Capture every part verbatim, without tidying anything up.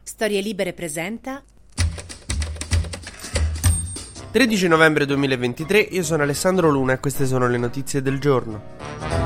Storie Libere presenta tredici novembre duemilaventitré, io sono Alessandro Luna e queste sono le notizie del giorno.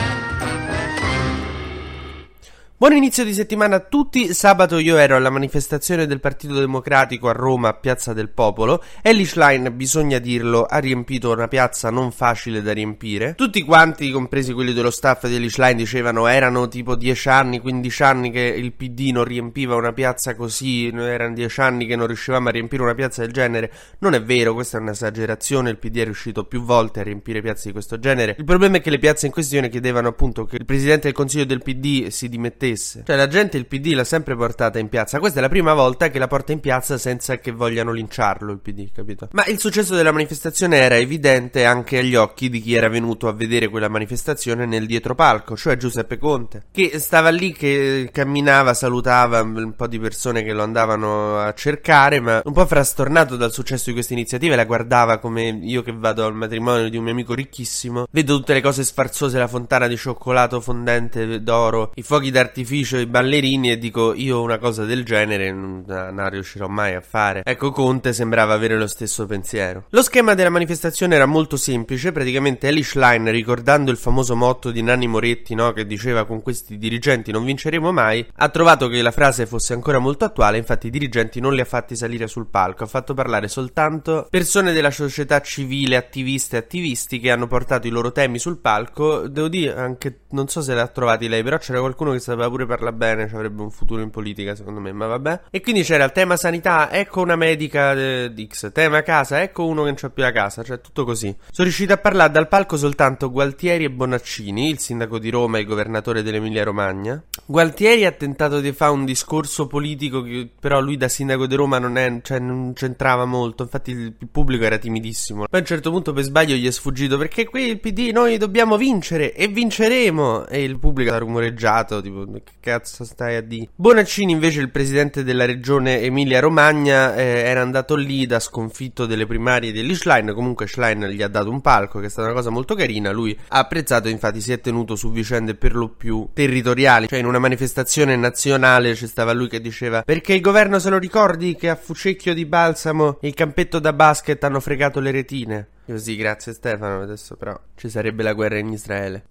Buon inizio di settimana a tutti. Sabato io ero alla manifestazione del Partito Democratico a Roma, a Piazza del Popolo. Elly Schlein, bisogna dirlo, ha riempito una piazza non facile da riempire. Tutti quanti, compresi quelli dello staff di Elly Schlein, dicevano erano tipo dieci anni, quindici anni che il P D non riempiva una piazza così, erano dieci anni che non riuscivamo a riempire una piazza del genere. Non è vero, questa è un'esagerazione, il P D è riuscito più volte a riempire piazze di questo genere. Il problema è che le piazze in questione chiedevano appunto che il Presidente del Consiglio del P D si dimettesse. Cioè la gente il P D l'ha sempre portata in piazza. Questa è la prima volta che la porta in piazza senza che vogliano linciarlo il P D, capito? Ma il successo della manifestazione era evidente anche agli occhi di chi era venuto a vedere quella manifestazione nel dietropalco, cioè Giuseppe Conte, che stava lì, che camminava, salutava un po' di persone che lo andavano a cercare, ma un po' frastornato dal successo di questa iniziativa. La guardava come io che vado al matrimonio di un mio amico ricchissimo, vedo tutte le cose sfarzose, la fontana di cioccolato fondente d'oro, i fuochi d'artificio, i ballerini, e dico io una cosa del genere non, non riuscirò mai a fare. Ecco, Conte sembrava avere lo stesso pensiero. Lo schema della manifestazione era molto semplice. Praticamente Elly Schlein, ricordando il famoso motto di Nanni Moretti, no, che diceva con questi dirigenti non vinceremo mai, ha trovato che la frase fosse ancora molto attuale. Infatti i dirigenti non li ha fatti salire sul palco, ha fatto parlare soltanto persone della società civile, attiviste e attivisti, che hanno portato i loro temi sul palco. Devo dire, anche non so se l'ha trovati lei, però c'era qualcuno che sapeva pure parla bene, ci avrebbe un futuro in politica secondo me, ma vabbè. E quindi c'era il tema sanità, ecco una medica eh, X, tema casa, ecco uno che non c'ha più la casa, cioè tutto così. Sono riusciti a parlare dal palco soltanto Gualtieri e Bonaccini, il sindaco di Roma e il governatore dell'Emilia Romagna. Gualtieri ha tentato di fare un discorso politico che però lui da sindaco di Roma non è, cioè non c'entrava molto, infatti il, il pubblico era timidissimo. Poi a un certo punto per sbaglio gli è sfuggito, perché qui il P D noi dobbiamo vincere e vinceremo, e il pubblico ha rumoreggiato tipo che cazzo stai a dire. Bonaccini invece, il presidente della regione Emilia Romagna, eh, era andato lì da sconfitto delle primarie di Elly Schlein. Comunque Schlein gli ha dato un palco, che è stata una cosa molto carina, lui ha apprezzato, infatti si è tenuto su vicende per lo più territoriali. Cioè in una manifestazione nazionale ci stava lui che diceva perché il governo se lo ricordi che a Fucecchio di Balsamo il campetto da basket hanno fregato le retine. Io sì, grazie Stefano, adesso però ci sarebbe la guerra in Israele.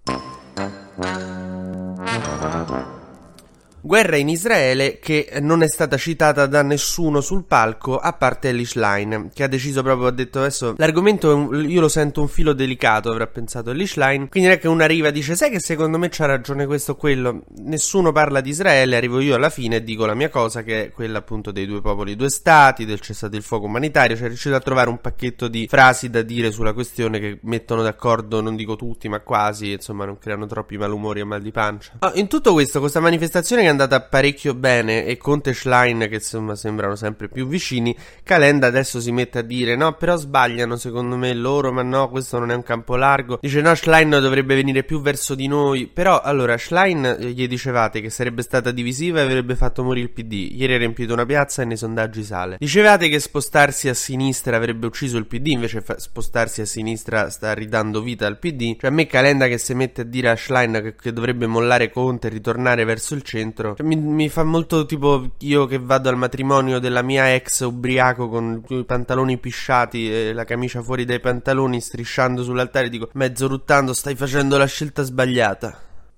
Guerra in Israele che non è stata citata da nessuno sul palco a parte Elly Schlein, che ha deciso proprio, ha detto adesso l'argomento è un, io lo sento un filo delicato, avrà pensato Elly Schlein, quindi non è che uno arriva e dice sai che secondo me c'ha ragione questo o quello, nessuno parla di Israele, arrivo io alla fine e dico la mia cosa, che è quella appunto dei due popoli, due stati, del cessate il fuoco umanitario. Cioè è riuscito a trovare un pacchetto di frasi da dire sulla questione che mettono d'accordo, non dico tutti ma quasi, insomma non creano troppi malumori e mal di pancia. Ah, in tutto questo, questa manifestazione che è andata parecchio bene e Conte e Schlein che insomma sembrano sempre più vicini, Calenda adesso si mette a dire no però sbagliano secondo me loro, ma no questo non è un campo largo, dice no Schlein dovrebbe venire più verso di noi. Però allora Schlein gli dicevate che sarebbe stata divisiva e avrebbe fatto morire il P D, ieri ha riempito una piazza e nei sondaggi sale. Dicevate che spostarsi a sinistra avrebbe ucciso il P D, invece fa- spostarsi a sinistra sta ridando vita al P D. Cioè a me Calenda che si mette a dire a Schlein che, che dovrebbe mollare Conte e ritornare verso il centro, cioè, mi Mi fa molto tipo io che vado al matrimonio della mia ex ubriaco con i pantaloni pisciati e la camicia fuori dai pantaloni, strisciando sull'altare, dico mezzo ruttando stai facendo la scelta sbagliata.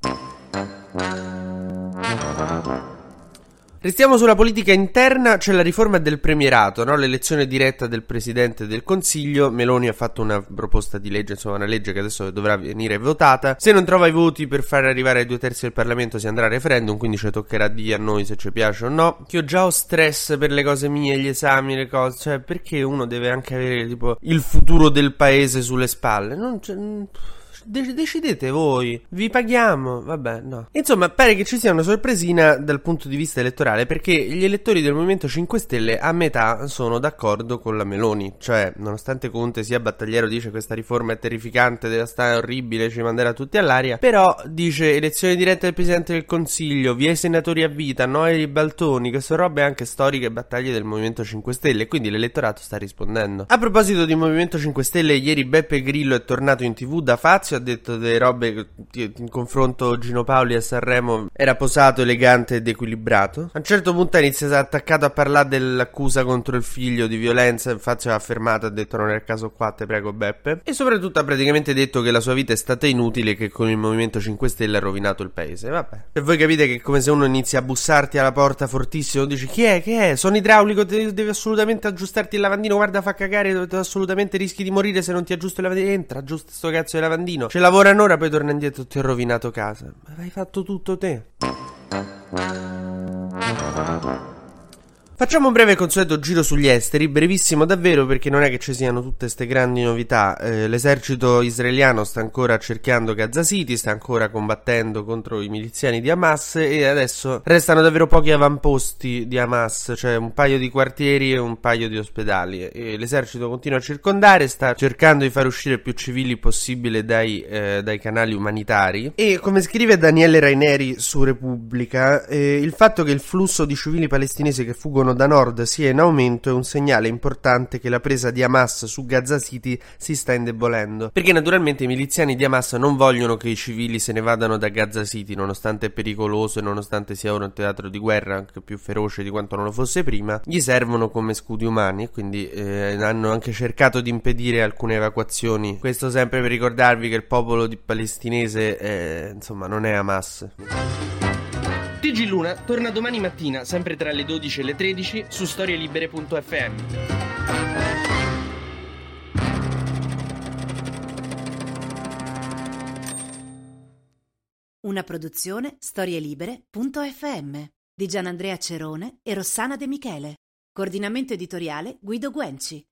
Restiamo sulla politica interna, c'è la riforma del premierato, no? L'elezione diretta del Presidente del Consiglio. Meloni ha fatto una proposta di legge, insomma una legge che adesso dovrà venire votata. Se non trova i voti per far arrivare ai due terzi del Parlamento si andrà a referendum, quindi ci toccherà dire a noi se ci piace o no. Che io già ho stress per le cose mie, gli esami, le cose, cioè perché uno deve anche avere tipo il futuro del paese sulle spalle? Non c'è... De- decidete voi, vi paghiamo, vabbè, no. Insomma, pare che ci sia una sorpresina dal punto di vista elettorale, perché gli elettori del Movimento cinque Stelle a metà sono d'accordo con la Meloni. Cioè, nonostante Conte sia battagliero, dice questa riforma è terrificante, deve stare orribile, ci manderà tutti all'aria, però dice elezione diretta del Presidente del Consiglio, via i senatori a vita, no ai ribaltoni, che sono robe anche storiche battaglie del Movimento cinque Stelle, quindi l'elettorato sta rispondendo. A proposito di Movimento cinque Stelle, ieri Beppe Grillo è tornato in tv da Fazio Fazio ha detto delle robe che in confronto Gino Paoli a Sanremo era posato, elegante ed equilibrato. A un certo punto ha iniziato attaccato a parlare dell'accusa contro il figlio di violenza. Fazio ha affermato, ha detto non è il caso qua, te prego Beppe. E soprattutto ha praticamente detto che la sua vita è stata inutile e che con il Movimento cinque Stelle ha rovinato il paese. Vabbè, e voi capite che è come se uno inizia a bussarti alla porta fortissimo, dici chi è, che è, sono idraulico, devi, devi assolutamente aggiustarti il lavandino, guarda fa cagare, assolutamente rischi di morire se non ti aggiusto il lavandino. Entra, aggiusta sto cazzo di lavandino, ci lavora un'ora, poi torna indietro, ti ho rovinato casa. Ma l'hai fatto tutto te. Facciamo un breve e consueto giro sugli esteri, brevissimo davvero perché non è che ci siano tutte ste grandi novità. Eh, l'esercito israeliano sta ancora cerchiando Gaza City, sta ancora combattendo contro i miliziani di Hamas e adesso restano davvero pochi avamposti di Hamas, cioè un paio di quartieri e un paio di ospedali. E l'esercito continua a circondare, sta cercando di far uscire più civili possibile dai, eh, dai canali umanitari. E come scrive Daniele Raineri su Repubblica, eh, il fatto che il flusso di civili palestinesi che fuggono da nord sia in aumento è un segnale importante che la presa di Hamas su Gaza City si sta indebolendo, perché naturalmente i miliziani di Hamas non vogliono che i civili se ne vadano da Gaza City, nonostante è pericoloso e nonostante sia ora un teatro di guerra anche più feroce di quanto non lo fosse prima. Gli servono come scudi umani e quindi eh, hanno anche cercato di impedire alcune evacuazioni. Questo sempre per ricordarvi che il popolo di palestinese eh, insomma non è Hamas. T G Luna torna domani mattina, sempre tra le dodici e le tredici, su storielibere punto effe emme. Una produzione storielibere punto effe emme di Gianandrea Cerone e Rossana De Michele. Coordinamento editoriale Guido Guenci.